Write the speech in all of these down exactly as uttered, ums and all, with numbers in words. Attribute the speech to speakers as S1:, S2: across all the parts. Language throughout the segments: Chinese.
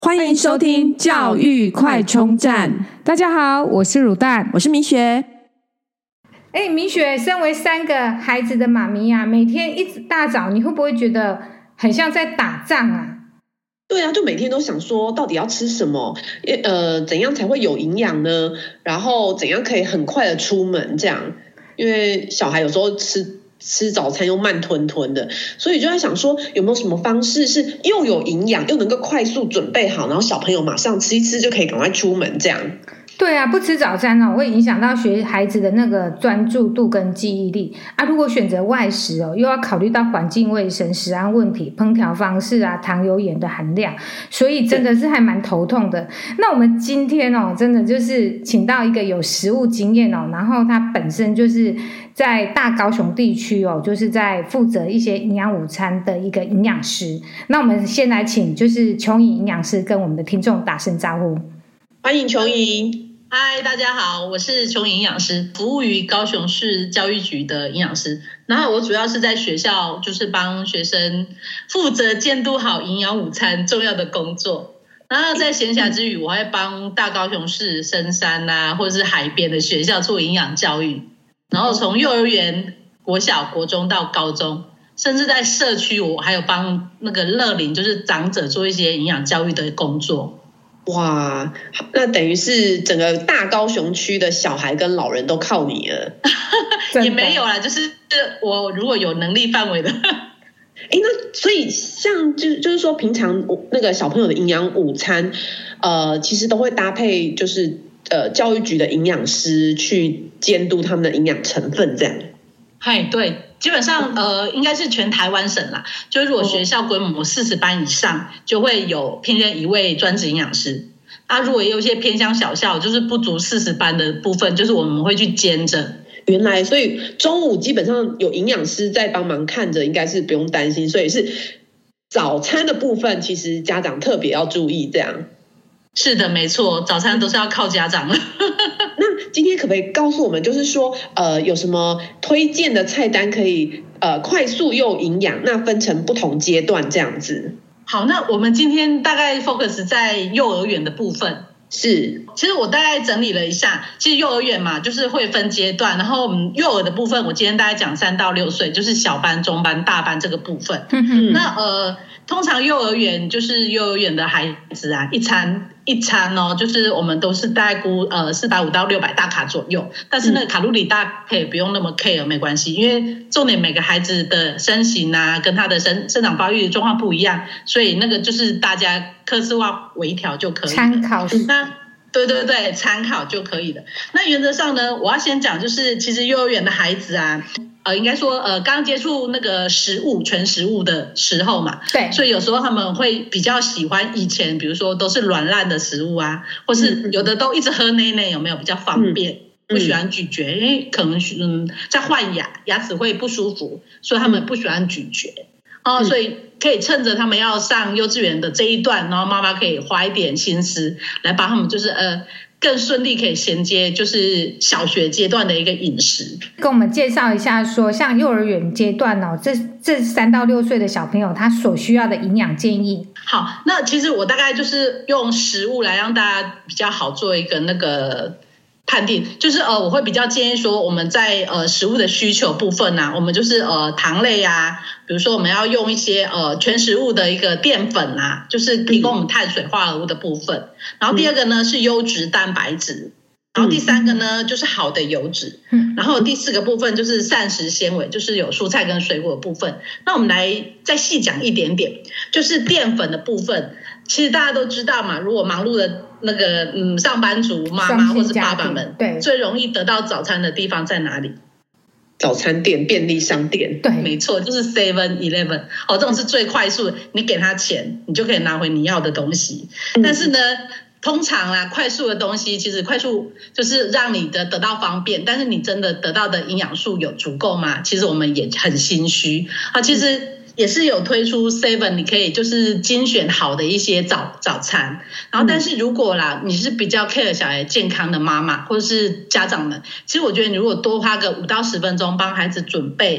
S1: 欢迎收听教育快充站。
S2: 大家好，我是乳蛋，
S1: 我是米雪。
S3: 哎，米雪，身为三个孩子的妈咪啊，每天一大早，你会不会觉得很像在打仗啊？
S4: 对啊，就每天都想说，到底要吃什么？呃，怎样才会有营养呢？然后怎样可以很快的出门？这样，因为小孩有时候吃。吃早餐又慢吞吞的，所以就在想说有没有什么方式是又有营养又能够快速准备好，然后小朋友马上吃一吃就可以赶快出门这样。
S3: 对啊，不吃早餐哦，会影响到学孩子的那个专注度跟记忆力啊。如果选择外食哦，又要考虑到环境卫生、食安问题、烹调方式啊、糖油盐的含量，所以真的是还蛮头痛的。那我们今天哦，真的就是请到一个有食物经验哦，然后他本身就是在大高雄地区哦，就是在负责一些营养午餐的一个营养师。那我们先来请就是琼颖营养师跟我们的听众打声招呼。
S4: 欢迎琼颖。
S5: 嗨，大家好，我是琼颖营养师，服务于高雄市教育局的营养师。然后我主要是在学校，就是帮学生负责监督好营养午餐重要的工作。然后在闲暇之余，我会帮大高雄市深山啊，或者是海边的学校做营养教育。然后从幼儿园、国小、国中到高中，甚至在社区，我还有帮那个乐龄，就是长者做一些营养教育的工作。
S4: 哇，那等于是整个大高雄区的小孩跟老人都靠你了。
S5: 也没有啦，就是我如果有能力范围的。
S4: 哎，那所以像就就是说，平常那个小朋友的营养午餐，呃，其实都会搭配就是呃教育局的营养师去监督他们的营养成分，这样。
S5: 嗨，对。基本上呃应该是全台湾省啦，就是如果学校规模四十班以上，就会有聘任一位专职营养师。那如果也有一些偏乡小校，就是不足四十班的部分，就是我们会去兼着。
S4: 原来所以中午基本上有营养师在帮忙看着，应该是不用担心。所以是早餐的部分，其实家长特别要注意这样。
S5: 是的，没错，早餐都是要靠家长了。
S4: 那今天可不可以告诉我们，就是说，呃，有什么推荐的菜单可以呃快速又营养？那分成不同阶段这样子。
S5: 好，那我们今天大概 focus 在幼儿园的部分。
S4: 是，
S5: 其实我大概整理了一下，其实幼儿园嘛，就是会分阶段，然后我们幼儿的部分，我今天大概讲三到六岁，就是小班、中班、大班这个部分。嗯、那呃，通常幼儿园就是幼儿园的孩子啊，一餐一餐哦，就是我们都是大概估呃四百五到六百大卡左右，但是那个卡路里大可以不用那么 care 没关系，因为重点每个孩子的身形啊，跟他的生生长发育的状况不一样，所以那个就是大家客制化微调就可以了，
S3: 参考是
S5: 那。对对对，参考就可以了。那原则上呢，我要先讲，就是其实幼儿园的孩子啊，呃，应该说呃，刚接触那个食物全食物的时候嘛，
S3: 对，
S5: 所以有时候他们会比较喜欢以前，比如说都是软烂的食物啊，或是有的都一直喝奶奶，有没有比较方便？嗯不喜欢咀嚼，因为可能嗯在换牙，牙齿会不舒服，所以他们不喜欢咀嚼。哦，所以可以趁着他们要上幼稚园的这一段，然后妈妈可以花一点心思来帮他们，就是呃更顺利可以衔接，就是小学阶段的一个饮食。
S3: 跟我们介绍一下说，像幼儿园阶段哦，这这三到六岁的小朋友他所需要的营养建议。
S5: 好，那其实我大概就是用食物来让大家比较好做一个那个。判定就是呃，我会比较建议说，我们在呃食物的需求部分啊，我们就是呃糖类啊，比如说我们要用一些呃全食物的一个淀粉啊，就是提供我们碳水化合物的部分。然后第二个呢是优质蛋白质，然后第三个呢就是好的油脂，然后第四个部分就是膳食纤维，就是有蔬菜跟水果的部分。那我们来再细讲一点点，就是淀粉的部分。其实大家都知道嘛，如果忙碌的那个嗯上班族妈妈或是爸爸们，
S3: 对，
S5: 最容易得到早餐的地方在哪里？
S4: 早餐店、便利商店。
S3: 对，
S5: 没错，就是 seven eleven。哦，这种是最快速的，你给他钱，你就可以拿回你要的东西。嗯、但是呢，通常啊，快速的东西其实快速就是让你的得到方便，但是你真的得到的营养素有足够吗？其实我们也很心虚啊。其实。嗯也是有推出 seven， 你可以就是精选好的一些早早餐，然后但是如果啦你是比较 care 小孩健康的妈妈或者是家长们，其实我觉得你如果多花个五到十分钟帮孩子准备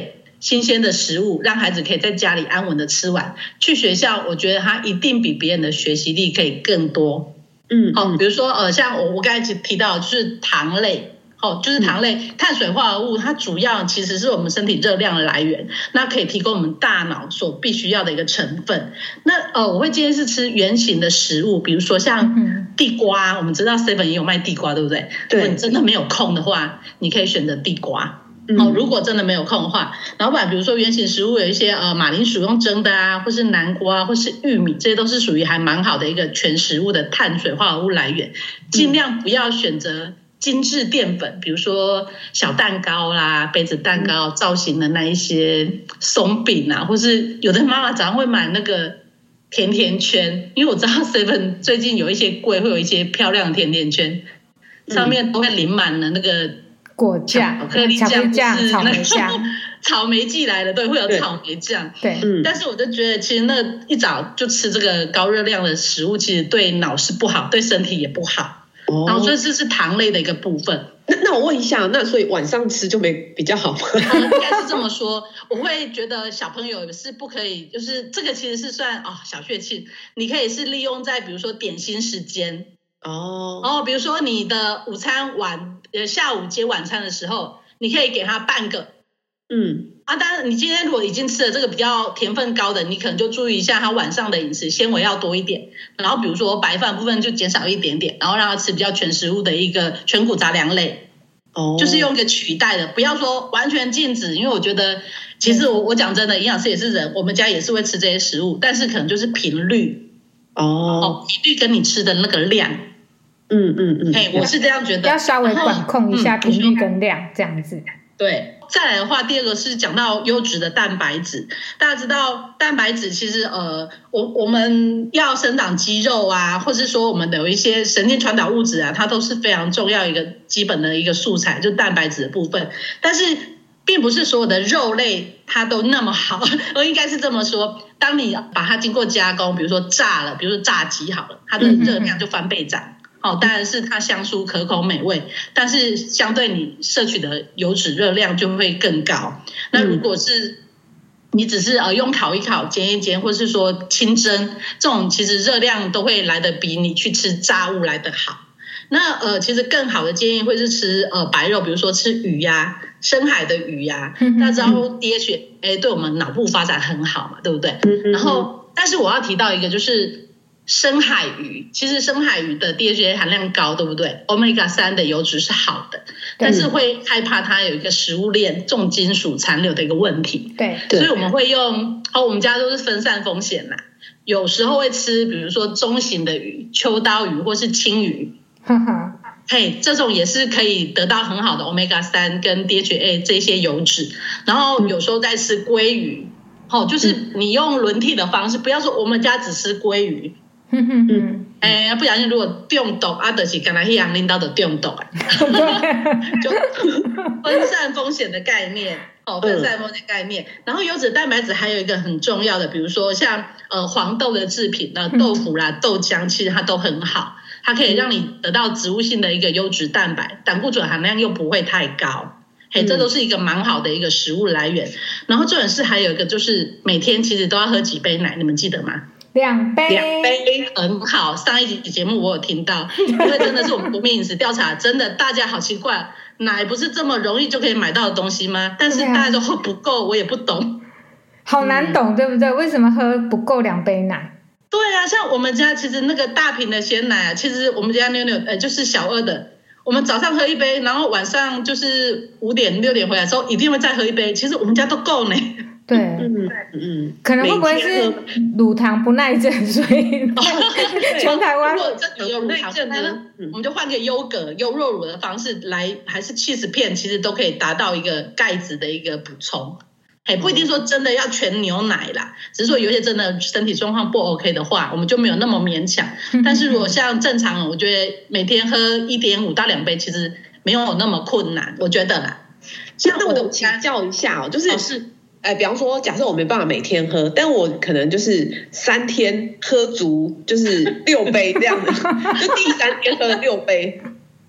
S5: 新鲜的食物，让孩子可以在家里安稳的吃完。去学校，我觉得他一定比别人的学习力可以更多。
S4: 嗯，
S5: 好、哦，比如说呃，像我我刚才提到就是糖类。哦，就是糖类、嗯、碳水化合物，它主要其实是我们身体热量的来源，那可以提供我们大脑所必须要的一个成分。那呃，我会建议是吃原型的食物，比如说像地瓜，嗯、我们知道 seven 也有卖地瓜，对不对？对。如果你真的没有空的话，你可以选择地瓜。嗯、哦，如果真的没有空的话，然后不然比如说原型食物有一些呃马铃薯用蒸的啊，或是南瓜，或是玉米，这些都是属于还蛮好的一个全食物的碳水化合物来源，尽量不要选择精致淀粉，比如说小蛋糕啦、杯子蛋糕造型的那一些松饼啊，或是有的妈妈早上会买那个甜甜圈，因为我知道 seven 最近有一些柜会有一些漂亮的甜甜圈，上面都会淋满了那个
S3: 果酱、
S5: 巧克力酱、
S3: 草莓酱、
S5: 草莓寄来的，对，会有草莓酱。对，但是我就觉得其实那一早就吃这个高热量的食物，其实对脑是不好，对身体也不好。然后所以这是糖类的一个部分。
S4: 那那我问一下，那所以晚上吃就没比较好吗？
S5: 应该是这么说，我会觉得小朋友是不可以，就是这个其实是算哦小确幸，你可以是利用在比如说点心时间哦，哦，比如说你的午餐晚呃下午接晚餐的时候，你可以给他半个，嗯。啊，当然，你今天如果已经吃了这个比较甜分高的，你可能就注意一下他晚上的饮食纤维要多一点，然后比如说白饭部分就减少一点点，然后让他吃比较全食物的一个全谷杂粮类，哦，就是用一个取代的，不要说完全禁止，因为我觉得其实我我讲真的，营养师也是人，我们家也是会吃这些食物，但是可能就是频率，哦，哦频率跟你吃的那个量，
S4: 嗯嗯嗯，
S5: 哎，我是这样觉得，
S3: 要稍微管控一下频率跟量，这样子。
S5: 对，再来的话，第二个是讲到优质的蛋白质。大家知道，蛋白质其实呃，我我们要生长肌肉啊，或是说我们的有一些神经传导物质啊，它都是非常重要一个基本的一个素材，就蛋白质的部分。但是，并不是所有的肉类它都那么好，我应该是这么说。当你把它经过加工，比如说炸了，比如说炸鸡好了，它的热量就翻倍涨。哦，当然是它香酥可口美味，但是相对你摄取的油脂热量就会更高。那如果是你只是呃用烤一烤、煎一煎，或是说清蒸，这种其实热量都会来得比你去吃炸物来得好。那呃，其实更好的建议会是吃呃白肉，比如说吃鱼呀、啊、深海的鱼呀、啊。大家知道 D H A 对我们脑部发展很好嘛，对不对？然后，但是我要提到一个就是。深海鱼其实深海鱼的 D H A 含量高，对不对 ？Omega 三的油脂是好的，但是会害怕它有一个食物链重金属残留的一个问题。
S3: 对，
S5: 所以我们会用哦，我们家都是分散风险啦。有时候会吃，比如说中型的鱼、秋刀鱼或是青鱼，哈哈，嘿，这种也是可以得到很好的 Omega 三跟 D H A 这些油脂。然后有时候再吃鲑鱼，哦，就是你用轮替的方式，不要说我们家只吃鲑鱼。嗯嗯嗯，哎，不小心如果中毒啊，就是刚才那样领导的中毒啊，就分散风险的概念，哦，分散风险概念。然后优质蛋白质还有一个很重要的，比如说像呃黄豆的制品，那豆腐啦、豆浆，其实它都很好，它可以让你得到植物性的一个优质蛋白，胆固醇含量又不会太高。嘿，这都是一个蛮好的一个食物来源。然后重点是还有一个就是每天其实都要喝几杯奶，你们记得吗？
S3: 两杯，
S5: 两杯很好。上一集节目我有听到，因为真的是我们国民饮食调查，真的大家好奇怪，奶不是这么容易就可以买到的东西吗？但是大家都喝不够，我也不懂，
S3: 好难懂，嗯、对不对？为什么喝不够两杯奶？
S5: 对啊，像我们家其实那个大瓶的鲜奶啊，其实我们家妞妞呃就是小二的，我们早上喝一杯，然后晚上就是五点六点回来的时候一定会再喝一杯，其实我们家都够呢。
S3: 对，嗯嗯，可能会不会是乳糖不耐症，所以全台湾
S5: 如果真的有乳糖症呢，我们就换个优格、优酪乳的方式来，还是起司片，其实都可以达到一个钙质的一个补充。哎，不一定说真的要全牛奶啦，只是说有些真的身体状况不 OK 的话，我们就没有那么勉强。但是如果像正常，我觉得每天喝一点五到两杯，其实没有那么困难，我觉得啦。
S4: 像我的请教一下哦，就是。哦是哎，比方说，假设我没办法每天喝，但我可能就是三天喝足，就是六杯这样的，就第三天喝了六杯。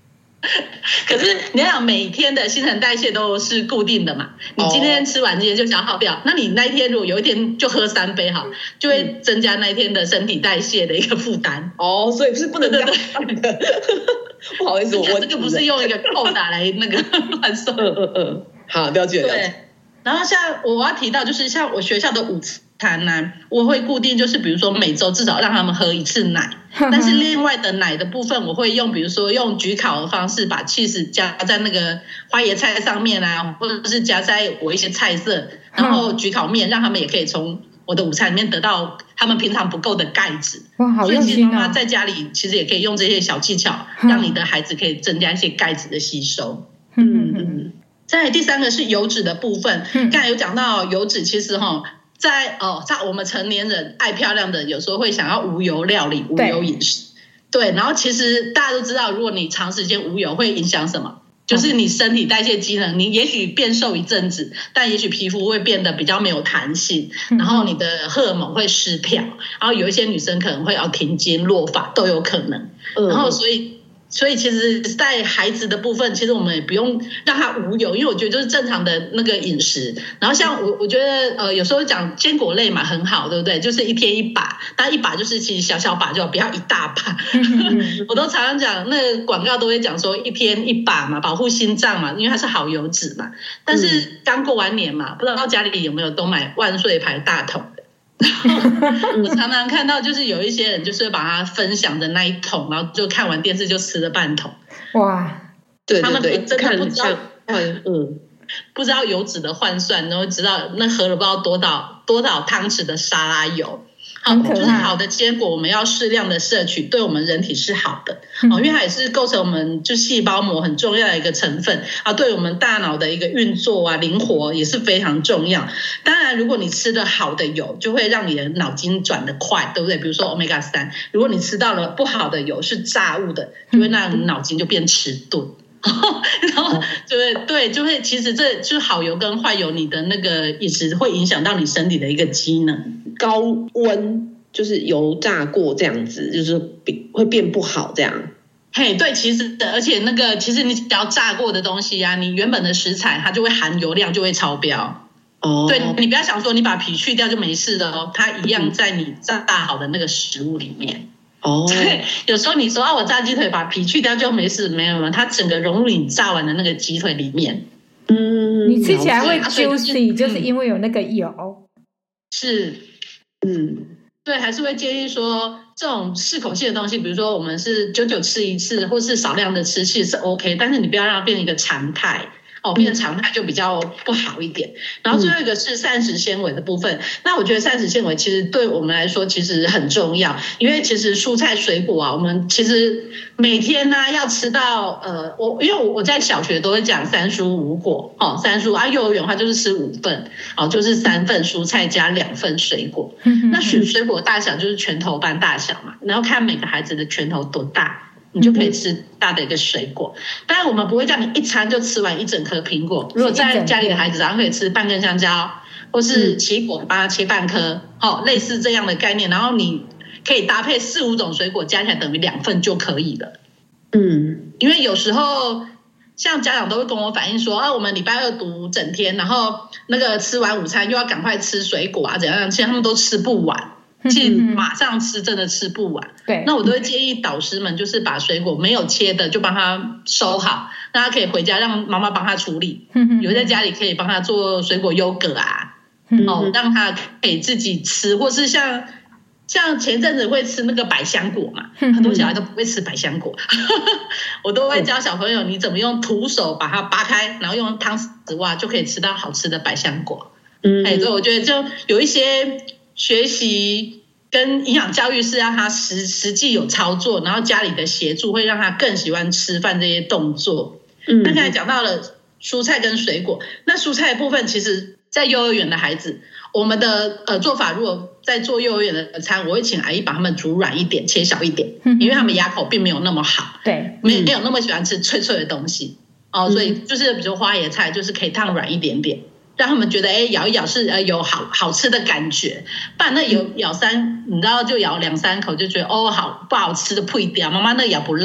S5: 可是你要想，每天的新陈代谢都是固定的嘛，你今天吃完今天就消耗掉，那你那一天如果有一天就喝三杯哈，就会增加那一天的身体代谢的一个负担。
S4: 哦，所以是不能这样算的。不好意思，我
S5: 这个不是用一个扣打来那个换算。
S4: 嗯嗯嗯，好，了解了解。
S5: 对，然后像我要提到，就是像我学校的午餐呢、啊，我会固定就是比如说每周至少让他们喝一次奶，但是另外的奶的部分，我会用比如说用焗烤的方式，把 cheese 加在那个花椰菜上面啊，或者是加在我一些菜色，然后焗烤面，让他们也可以从我的午餐里面得到他们平常不够的钙质。
S2: 哇，好用心啊！
S5: 所以其实妈妈在家里其实也可以用这些小技巧，让你的孩子可以增加一些钙质的吸收。
S2: 嗯嗯。
S5: 再来第三个是油脂的部分，刚才有讲到油脂，其实哈，在哦，在我们成年人爱漂亮的，有时候会想要无油料理、无油饮食。对，然后其实大家都知道，如果你长时间无油，会影响什么？就是你身体代谢机能，你也许变瘦一阵子，但也许皮肤会变得比较没有弹性，然后你的荷尔蒙会失调，然后有一些女生可能会要停经、落发都有可能。然后所以。所以其实在孩子的部分，其实我们也不用让他无油，因为我觉得就是正常的那个饮食。然后像我我觉得呃有时候讲坚果类嘛很好，对不对？就是一天一把，但一把就是其实小小把就好，不要一大把。我都常常讲，那个广告都会讲说一天一把嘛，保护心脏嘛，因为它是好油脂嘛。但是刚过完年嘛，不知道家里有没有都买万岁牌大桶。我常常看到就是有一些人就是把它分享的那一桶，然后就看完电视就吃了半桶。
S2: 哇，
S4: 对对对，
S5: 他们真的不知道，
S4: 嗯，
S5: 不知道油脂的换算，然后知道那喝了不知道多少多少汤匙的沙拉油。好，就是好的坚果，我们要适量的摄取，对我们人体是好的。哦，因为它也是构成我们就细胞膜很重要的一个成分啊，对我们大脑的一个运作啊、灵活也是非常重要。当然，如果你吃的好的油，就会让你的脑筋转得快，对不对？比如说 欧米伽三，如果你吃到了不好的油，是炸物的，就会让你脑筋就变迟钝。然后就会对，就会其实这就是好油跟坏油，你的那个饮食会影响到你身体的一个机能。
S4: 高温就是油炸过这样子，就是会变不好这样。
S5: 嘿，对，其实而且那个其实你只要炸过的东西啊，你原本的食材它就会含油量就会超标。哦，对，你不要想说你把皮去掉就没事的哦，它一样在你炸好的那个食物里面。哦，对，有时候你说啊，我炸鸡腿把皮去掉就没事，没有了，它整个融入你炸完的那个鸡腿里面。
S2: 嗯，你吃起来会 juicy， 就是因为有那个油。
S5: 是，嗯，对，还是会建议说这种适口性的东西，比如说我们是久久吃一次，或是少量的吃，其实是 OK， 但是你不要让它变成一个常态。哦，变成常态就比较不好一点。然后最后一个是膳食纤维的部分，那我觉得膳食纤维其实对我们来说其实很重要，因为其实蔬菜水果啊，我们其实每天呢、啊、要吃到呃，我因为我我在小学都会讲三蔬五果，哦，三蔬啊，幼儿园的话就是吃五份，哦，就是三份蔬菜加两份水果。那水水果大小就是拳头般大小嘛，然后看每个孩子的拳头多大。你就可以吃大的一个水果，当然我们不会叫你一餐就吃完一整颗苹果。如果在家里的孩子早上可以吃半根香蕉，或是奇异果帮他切半颗，哦，类似这样的概念，然后你可以搭配四五种水果，加起来等于两份就可以了。嗯，因为有时候像家长都会跟我反映说啊，我们礼拜二读整天，然后那个吃完午餐又要赶快吃水果啊，怎样？其实他们都吃不完。其实马上吃真的吃不完，对，那我都会建议导师们就是把水果没有切的就帮他收好，那他可以回家让妈妈帮他处理，有在家里可以帮他做水果优格啊，哦，让他可以自己吃，或是像像前阵子会吃那个百香果嘛，很多小孩都不会吃百香果，我都会教小朋友你怎么用徒手把它扒开，然后用汤匙挖就可以吃到好吃的百香果。嗯，哎，所以我觉得就有一些。学习跟营养教育是让他实实际有操作，然后家里的协助会让他更喜欢吃饭这些动作。嗯，那刚才讲到了蔬菜跟水果，那蔬菜的部分其实在幼儿园的孩子，我们的呃做法，如果在做幼儿园的餐，我会请阿姨把他们煮软一点，切小一点，因为他们牙口并没有那么好，对，没没有那么喜欢吃脆脆的东西哦，所以就是比如说花椰菜，就是可以烫软一点点。让他们觉得哎，咬一咬是呃有好好吃的感觉，不然那有咬三，你知道就咬两三口就觉得哦好不好吃的配掉，妈妈那咬不烂，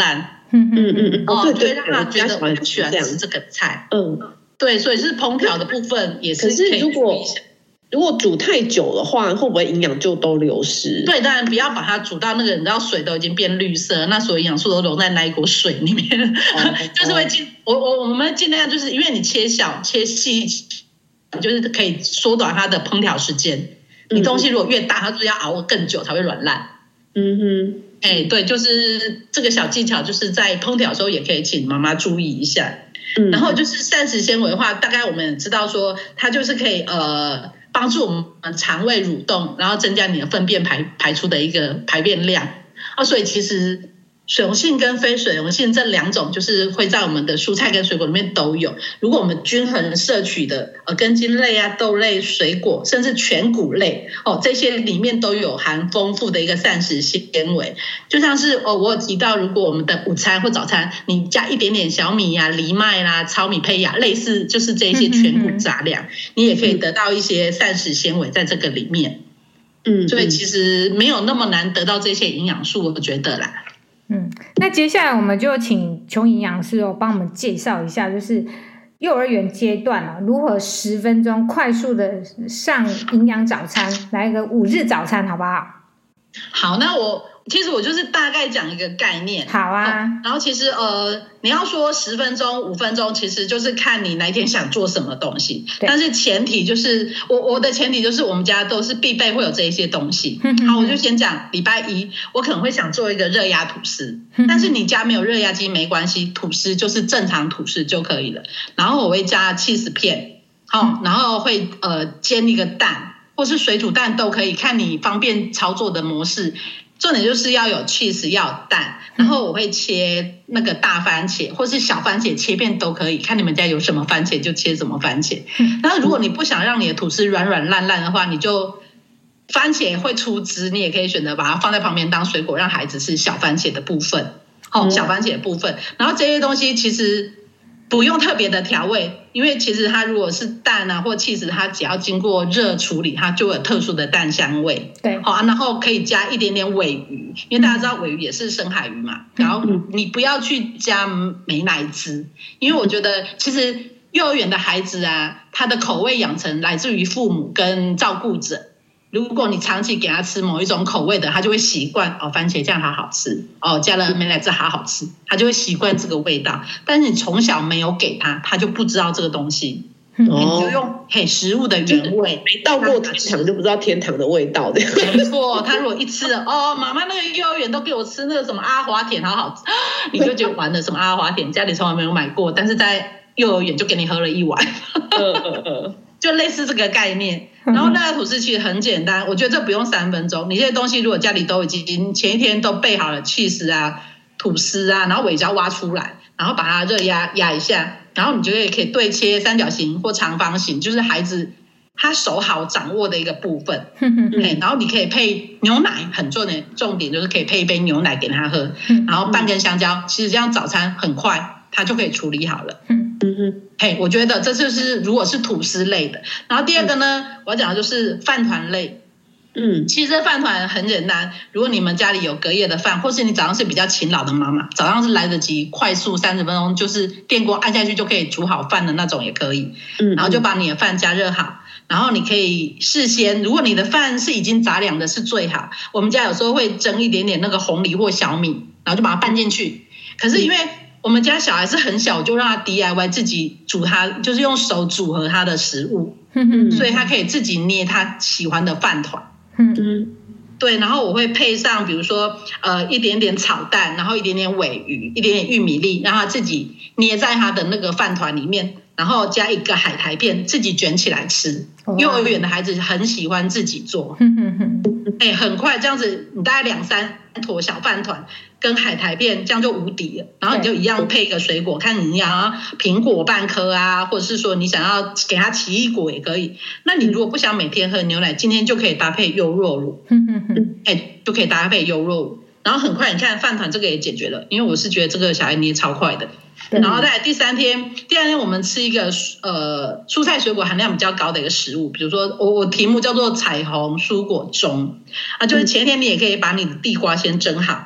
S3: 嗯
S4: 嗯嗯
S5: 哦，
S4: 对对，
S5: 让他觉得我喜欢吃这个菜。
S4: 嗯，
S5: 对，所以是烹调的部分也是可以注意一下。
S4: 如果煮太久的话，会不会营养就都流失？
S5: 对，当然不要把它煮到那个，你知道水都已经变绿色，那所有营养素都溶在那一锅水里面，哦、就是会尽我我我们尽量就是因为你切小切细，就是可以缩短它的烹调时间。你东西如果越大，它就是要熬更久才会软烂。
S4: 嗯哼，
S5: 哎，对，就是这个小技巧，就是在烹调的时候也可以请妈妈注意一下。嗯，然后就是膳食纤维的话，大概我们也知道说，它就是可以呃。帮助我们肠胃蠕动，然后增加你的粪便排排出的一个排便量啊，所以其实水溶性跟非水溶性这两种就是会在我们的蔬菜跟水果里面都有。如果我们均衡摄取的呃根茎类啊、豆类、水果，甚至全谷类哦，这些里面都有含丰富的一个膳食纤维。就像是哦，我有提到，如果我们的午餐或早餐你加一点点小米呀、啊、藜麦啦、糙米胚芽，类似就是这些全谷杂粮，嗯、你也可以得到一些膳食纤维在这个里面。嗯，所以其实没有那么难得到这些营养素，我觉得啦。
S3: 嗯，那接下来我们就请琼营养师哦，帮我们介绍一下，就是幼儿园阶段啊，如何十分钟快速的上营养早餐，来一个五日早餐，好不好？
S5: 好，那我其实我就是大概讲一个概念。
S3: 好啊。
S5: 哦、然后其实呃，你要说十分钟、五分钟，其实就是看你哪一天想做什么东西。但是前提就是我我的前提就是我们家都是必备会有这一些东西。好，我就先讲礼拜一，我可能会想做一个热压吐司，但是你家没有热压机没关系，吐司就是正常吐司就可以了。然后我会加起司片，好、哦，然后会呃煎一个蛋。或是水煮蛋都可以，看你方便操作的模式。重点就是要有 cheese， 要有蛋，然后我会切那个大番茄或是小番茄切片都可以，看你们家有什么番茄就切什么番茄。然后如果你不想让你的吐司软软烂烂的话，你就番茄会出汁，你也可以选择把它放在旁边当水果，让孩子吃小番茄的部分。哦，小番茄的部分，然后这些东西其实不用特别的调味，因为其实它如果是蛋啊或起司，它只要经过热处理，它就有特殊的蛋香味。
S3: 对，
S5: 好、啊，然后可以加一点点鲔鱼，因为大家知道鲔鱼也是深海鱼嘛。然后你不要去加美乃滋，因为我觉得其实幼儿园的孩子啊，他的口味养成来自于父母跟照顾者。如果你长期给他吃某一种口味的，他就会习惯哦，番茄酱好好吃哦，加了美乃滋好好吃，他就会习惯这个味道。但是你从小没有给他，他就不知道这个东西。哦、你就用嘿食物的原味，
S4: 没到过天堂就不知道天堂的味道的。
S5: 没错，他如果一吃了哦，妈妈那个幼儿园都给我吃那个什么阿华田，好好吃，你就觉得完了，什么阿华田家里从来没有买过，但是在幼儿园就给你喝了一碗。呃呃呃就类似这个概念，然后那个吐司其实很简单，我觉得这不用三分钟。你这些东西如果家里都已经前一天都备好了起司啊、吐司啊，然后尾胶挖出来，然后把它热压压一下，然后你就可以可以对切三角形或长方形，就是孩子他手好掌握的一个部分。然后你可以配牛奶，很重点重点就是可以配一杯牛奶给他喝，然后半根香蕉，其实这样早餐很快他就可以处理好了。嗯哼，嘿，我觉得这就是如果是吐司类的。然后第二个呢，嗯、我要讲的就是饭团类。嗯，其实这饭团很简单，如果你们家里有隔夜的饭，或是你早上是比较勤劳的妈妈，早上是来得及快速三十分钟，就是电锅按下去就可以煮好饭的那种也可以。嗯，然后就把你的饭加热好，然后你可以事先，如果你的饭是已经杂粮的是最好。我们家有时候会蒸一点点那个红藜或小米，然后就把它拌进去。可是因为我们家小孩是很小，就让他 D I Y 自己煮他，就是用手组合他的食物，所以他可以自己捏他喜欢的饭团。嗯，对，然后我会配上比如说呃一点点炒蛋，然后一点点鲔鱼，一点点玉米粒，让他自己捏在他的那个饭团里面，然后加一个海苔片，自己卷起来吃。幼儿园的孩子很喜欢自己做，哎，很快这样子，你大概两三坨小饭团跟海苔片，这样就无敌了。然后你就一样配一个水果，看你想要苹果半颗啊，或者是说你想要给他奇异果也可以。那你如果不想每天喝牛奶，今天就可以搭配优酪乳，哎，就可以搭配优酪乳。然后很快，你看饭团这个也解决了，因为我是觉得这个小孩捏超快的。然后在第三天，第二天我们吃一个呃蔬菜水果含量比较高的一个食物，比如说我我题目叫做彩虹蔬果盅啊，就是前一天你也可以把你的地瓜先蒸好，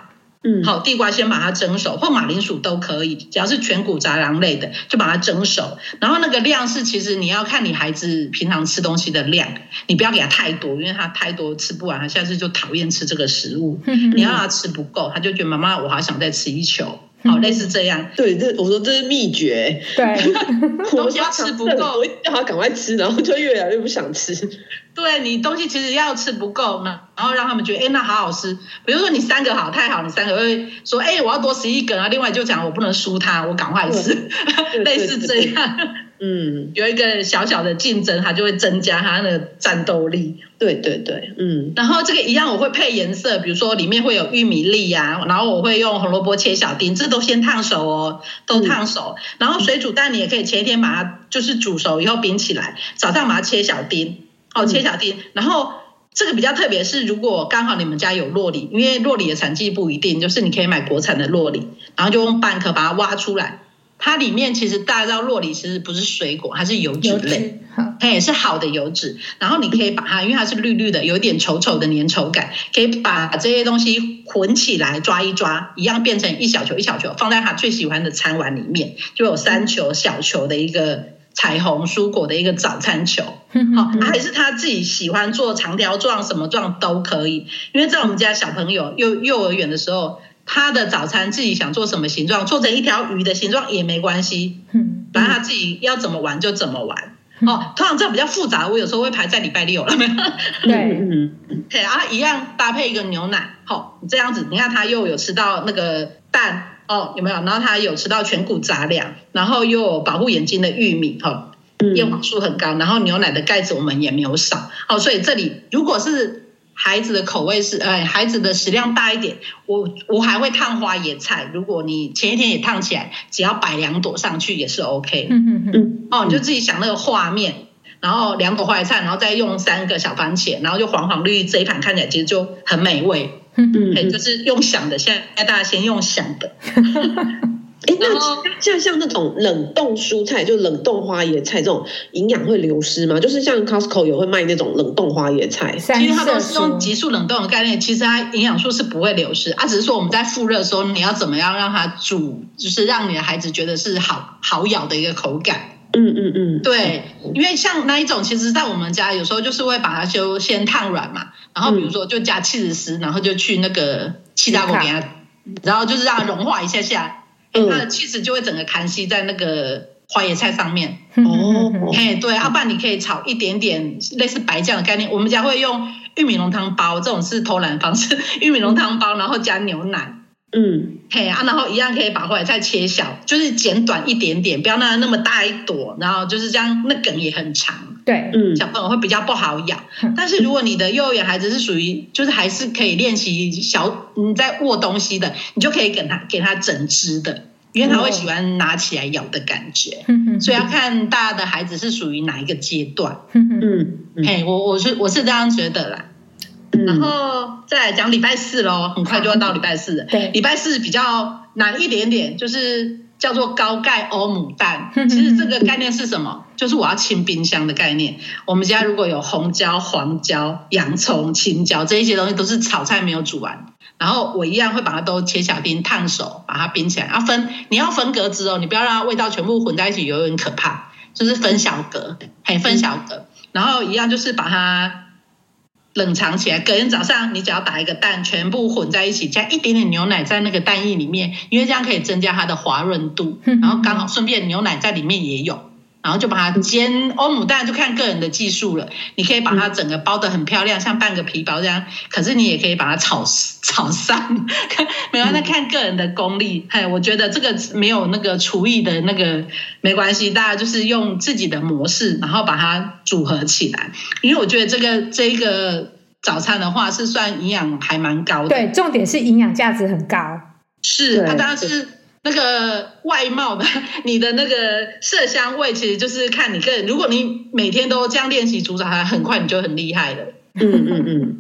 S4: 嗯，
S5: 好，地瓜先把它蒸熟，或马铃薯都可以，只要是全谷杂粮类的，就把它蒸熟。然后那个量是，其实你要看你孩子平常吃东西的量，你不要给他太多，因为他太多吃不完，他下次就讨厌吃这个食物。你要让他吃不够，他就觉得妈妈，我好想再吃一球。好，类似这样。
S4: 对，这我说这是秘诀。
S3: 对，
S5: 东西要吃不够，
S4: 我叫他赶快吃，然后就越来越不想吃。
S5: 对，你东西其实要吃不够呢，然后让他们觉得，哎，那好好吃。比如说你三个好太好，你三个会说，哎，我要多吃一个，然后另外就讲我不能输他，我赶快吃，类似这样。嗯，有一个小小的竞争，它就会增加它的战斗力。
S4: 对对对，嗯。
S5: 然后这个一样，我会配颜色，比如说里面会有玉米粒啊，然后我会用红萝卜切小丁，这都先烫熟哦，都烫熟。嗯、然后水煮蛋你也可以前一天把它就是煮熟以后冰起来，早上把它切小丁，哦，切小丁。嗯、然后这个比较特别是，如果刚好你们家有酪梨，因为酪梨的产季不一定，就是你可以买国产的酪梨，然后就用半颗把它挖出来。它里面其实大家知道酪梨其实不是水果，它是油脂类，它也是好的油脂。然后你可以把它，因为它是绿绿的，有点稠稠的粘稠感，可以把这些东西混起来抓一抓，一样变成一小球一小球，放在他最喜欢的餐碗里面，就有三球小球的一个彩虹蔬果的一个早餐球。好，还是他自己喜欢做长条状什么状都可以。因为在我们家小朋友幼幼儿园的时候，他的早餐自己想做什么形状，做成一条鱼的形状也没关系，嗯，反正他自己要怎么玩就怎么玩。哦，通常这比较复杂，我有时候会排在礼拜六了。
S3: 对，
S5: 嗯，对啊，一样搭配一个牛奶，好、哦，这样子，你看他又有吃到那个蛋，哦，有没有？然后他有吃到全谷杂粮，然后又有保护眼睛的玉米，哈、哦，叶黄素很高，然后牛奶的钙质我们也没有少，好、哦，所以这里如果是孩子的口味是，呃，孩子的食量大一点，我我还会烫花椰菜。如果你前一天也烫起来，只要摆两朵上去也是 OK。嗯嗯嗯。哦，你就自己想那个画面，然后两朵花椰菜，然后再用三个小番茄，然后就黄黄绿绿，这一盘看起来其实就很美味。嗯嗯。哎，就是用想的，现在大家先用想的。
S4: 哎，那像像那种冷冻蔬菜，就冷冻花椰菜这种营养会流失吗？就是像 Costco 也会卖那种冷冻花椰菜，
S5: 其实它都是用急速冷冻的概念，其实它营养素是不会流失啊，只是说我们在复热的时候，你要怎么样让它煮，就是让你的孩子觉得是好好咬的一个口感。
S4: 嗯嗯嗯，
S5: 对，因为像那一种，其实在我们家有时候就是会把它就先烫软嘛，然后比如说就加起司丝，然后就去那个气炸锅给它，然后就是让它融化一下下。嗯、它的起司就会整个砍吸在那个花椰菜上面哦，嘿，对，要不然你可以炒一点点类似白酱的概念。我们家会用玉米浓汤包，这种是偷懒方式，玉米浓汤包，然后加牛奶，嗯，嘿啊，然后一样可以把花椰菜切小，就是剪短一点点，不要让它那么大一朵，然后就是这样，那梗也很长，
S3: 对，
S5: 嗯，小朋友会比较不好咬。但是如果你的幼儿园孩子是属于就是还是可以练习小你在握东西的，你就可以给他给他整只的。因为他会喜欢拿起来咬的感觉，嗯、所以要看大家的孩子是属于哪一个阶段。嗯嗯，嘿，我我是我是这样觉得啦。嗯、然后再来讲礼拜四咯，很快就要到礼拜四了。对，礼拜四比较难一点点，就是叫做高钙欧姆蛋。其实这个概念是什么？就是我要清冰箱的概念。我们家如果有红椒、黄椒、洋葱、青椒这一些东西，都是炒菜没有煮完。然后我一样会把它都切小丁烫熟，把它冰起来。要分，你要分格子哦，你不要让它味道全部混在一起，有点可怕。就是分小格，嘿，分小格。然后一样就是把它冷藏起来。隔天早上你只要打一个蛋，全部混在一起，加一点点牛奶在那个蛋液里面，因为这样可以增加它的滑润度。然后刚好顺便牛奶在里面也有。然后就把它煎欧姆蛋，就看个人的技术了。你可以把它整个包得很漂亮，像半个皮包这样。可是你也可以把它炒炒散，没有，那看个人的功力。哎，我觉得这个没有那个厨艺的那个没关系，大家就是用自己的模式，然后把它组合起来。因为我觉得这个这个早餐的话是算营养还蛮高的。
S3: 对，重点是营养价值很高。
S5: 是，它当然是。那个外貌的，你的那个色香味，其实就是看你个人。如果你每天都这样练习煮早餐，很快你就很厉害了。
S4: 嗯嗯嗯，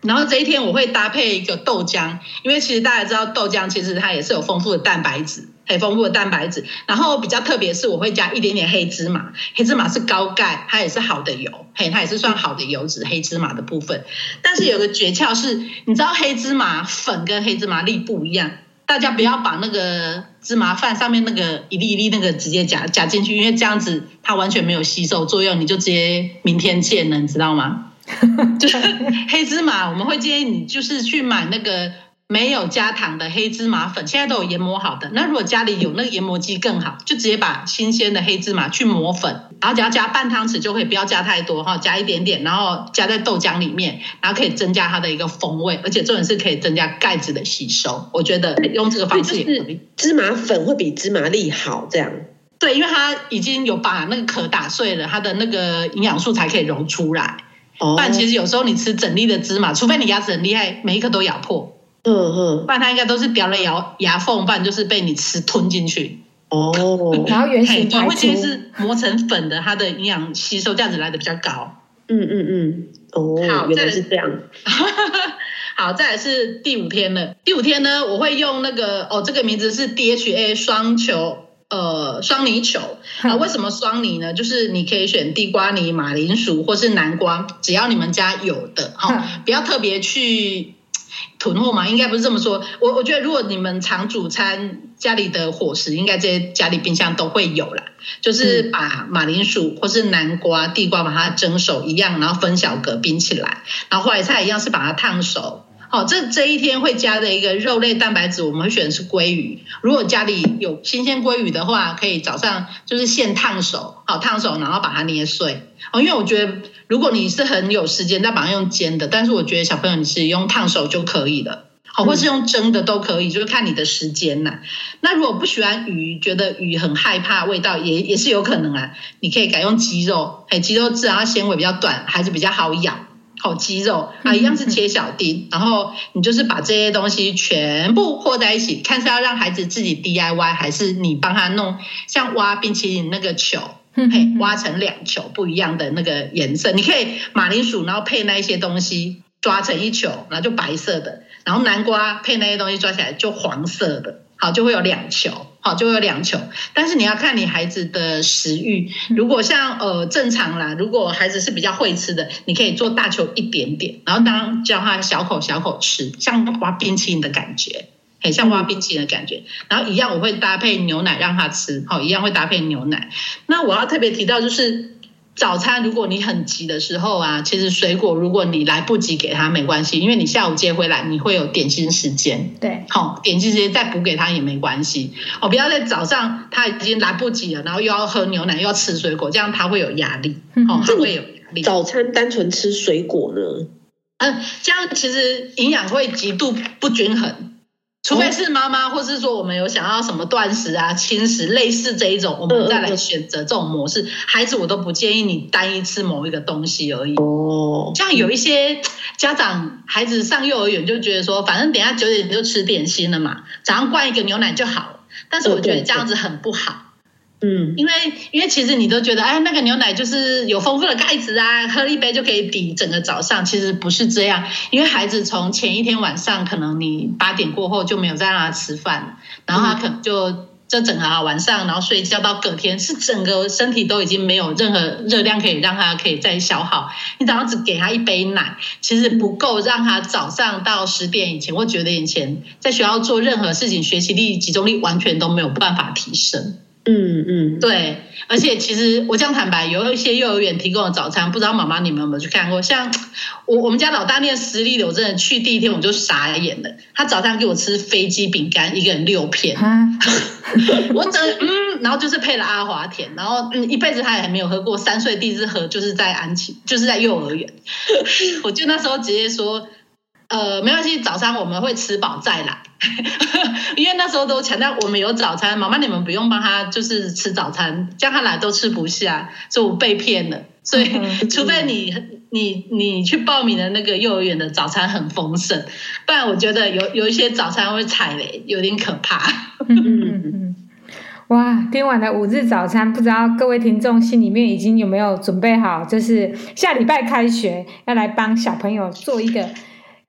S5: 然后这一天我会搭配一个豆浆，因为其实大家知道豆浆其实它也是有丰富的蛋白质，很丰富的蛋白质。然后比较特别是我会加一点点黑芝麻，黑芝麻是高钙，它也是好的油，嘿，它也是算好的油脂，黑芝麻的部分。但是有个诀窍是，你知道黑芝麻粉跟黑芝麻粒不一样，大家不要把那个芝麻饭上面那个一粒一粒那个直接夹夹进去，因为这样子它完全没有吸收作用，你就直接明天见了，你知道吗？就是黑芝麻，我们会建议你就是去买那个没有加糖的黑芝麻粉，现在都有研磨好的。那如果家里有那个研磨机更好，就直接把新鲜的黑芝麻去磨粉，然后只要加半汤匙就可以，不要加太多哈，加一点点，然后加在豆浆里面，然后可以增加它的一个风味，而且重点是可以增加钙质的吸收。我觉得用这个方式也可以。
S4: 芝麻粉会比芝麻粒好，这样。
S5: 对，因为它已经有把那个壳打碎了，它的那个营养素才可以溶出来。不然其实有时候你吃整粒的芝麻，除非你牙齿很厉害，每一颗都咬破，
S4: 嗯嗯，
S5: 不然它应该都是掉了牙牙缝，不然就是被你吃吞进去。
S4: 哦，
S3: 然后原型排出，
S5: 会建议是磨成粉的，它的营养吸收价值来的比较高。
S4: 嗯嗯嗯，哦，好，原来是这样。
S5: 好，再来是第五天了。第五天呢，我会用那个哦，这个名字是 D H A 双球。呃，双泥球啊，为什么双泥呢？就是你可以选地瓜泥、马铃薯或是南瓜，只要你们家有的哈、哦，不要特别去囤货嘛，应该不是这么说。我我觉得如果你们常煮餐，家里的伙食应该这些家里冰箱都会有啦，就是把马铃薯或是南瓜、地瓜把它蒸熟一样，然后分小格冰起来，然后花椰菜一样是把它烫熟。好、哦，这这一天会加的一个肉类蛋白质，我们会选的是鲑鱼。如果家里有新鲜鲑鱼的话，可以早上就是现烫熟，好烫熟，然后把它捏碎。哦，因为我觉得如果你是很有时间再把它用煎的，但是我觉得小朋友你是用烫熟就可以了。好，或是用蒸的都可以，就是看你的时间呐、啊。那如果不喜欢鱼，觉得鱼很害怕味道，也也是有可能啊。你可以改用鸡肉，哎，鸡肉质然后纤维比较短，还是比较好咬。好，鸡肉啊，一样是切小丁，然后你就是把这些东西全部和在一起，看是要让孩子自己 D I Y， 还是你帮他弄，像挖冰淇淋那个球，嘿，挖成两球不一样的那个颜色。你可以马铃薯，然后配那一些东西抓成一球，然后就白色的，然后南瓜配那些东西抓起来就黄色的。好，就会有两球，好，就会有两球。但是你要看你孩子的食欲，如果像呃正常啦，如果孩子是比较会吃的，你可以做大球一点点，然后当教他小口小口吃，像挖冰淇淋的感觉，很像挖冰淇淋的感觉。然后一样我会搭配牛奶让他吃，好，一样会搭配牛奶。那我要特别提到就是。早餐如果你很急的时候啊，其实水果如果你来不及给他没关系，因为你下午接回来你会有点心时间，
S3: 对，
S5: 好、哦，点心时间再补给他也没关系哦，不要在早上他已经来不及了，然后又要喝牛奶又要吃水果，这样他会有压力，哦，他会有压力。
S4: 早餐单纯吃水果呢？
S5: 嗯，这样其实营养会极度不均衡。除非是妈妈，或是说我们有想要什么断食啊、轻食，类似这一种，我们再来选择这种模式。孩子我都不建议你单一吃某一个东西而已。哦，像有一些家长孩子上幼儿园就觉得说，反正等一下九点就吃点心了嘛，早上灌一个牛奶就好了。但是我觉得这样子很不好。嗯，因为因为其实你都觉得，哎，那个牛奶就是有丰富的钙质啊，喝一杯就可以抵整个早上，其实不是这样。因为孩子从前一天晚上，可能你八点过后就没有再让他吃饭，然后他可能就这整个晚上，然后睡觉到隔天，是整个身体都已经没有任何热量可以让他可以再消耗。你早上只给他一杯奶，其实不够让他早上到十点以前或九点以前，在学校做任何事情，学习力、集中力完全都没有办法提升。嗯嗯，对，而且其实我这样坦白，有一些幼儿园提供的早餐，不知道妈妈你们有没有去看过？像我我们家老大念私立的，我真的去第一天我就傻眼了。他早上给我吃飞机饼干，一个人六片，我整嗯，然后就是配了阿华田，然后嗯，一辈子他也还没有喝过，三岁第一次喝就是在安琪，就是在幼儿园。我就那时候直接说，呃，没关系，早上我们会吃饱再来。因为那时候都强调我们有早餐，妈妈你们不用帮他就是吃早餐，这样他来都吃不下，所以我被骗了。所以除非你你你去报名的那个幼儿园的早餐很丰盛，不然我觉得有有一些早餐会踩雷，有点可怕。
S3: 嗯嗯嗯，哇，听完了五日早餐，不知道各位听众心里面已经有没有准备好，就是下礼拜开学要来帮小朋友做一个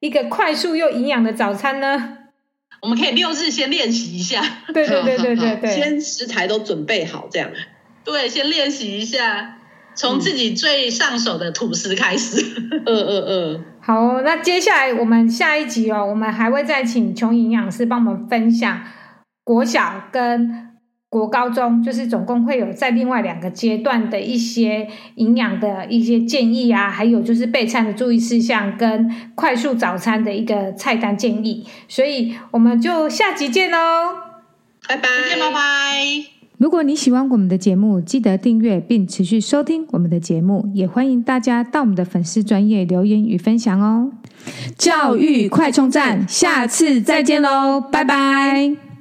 S3: 一个快速又营养的早餐呢？
S5: 我们可以六日先练习一下。
S3: 对对对对对对，
S4: 先食材都准备好，这样。
S5: 对，先练习一下，从自己最上手的吐司开始。
S4: 嗯嗯嗯。
S3: 好，那接下来我们下一集哦，我们还会再请琼营养师帮我们分享国小跟国高中，就是总共会有在另外两个阶段的一些营养的一些建议啊，还有就是备餐的注意事项跟快速早餐的一个菜单建议，所以我们就下集见咯，
S4: 拜拜，
S5: 再见，拜拜。
S3: 如果你喜欢我们的节目，记得订阅并持续收听我们的节目，也欢迎大家到我们的粉丝专页留言与分享哦。
S1: 教育快充站，下次再见喽，拜拜。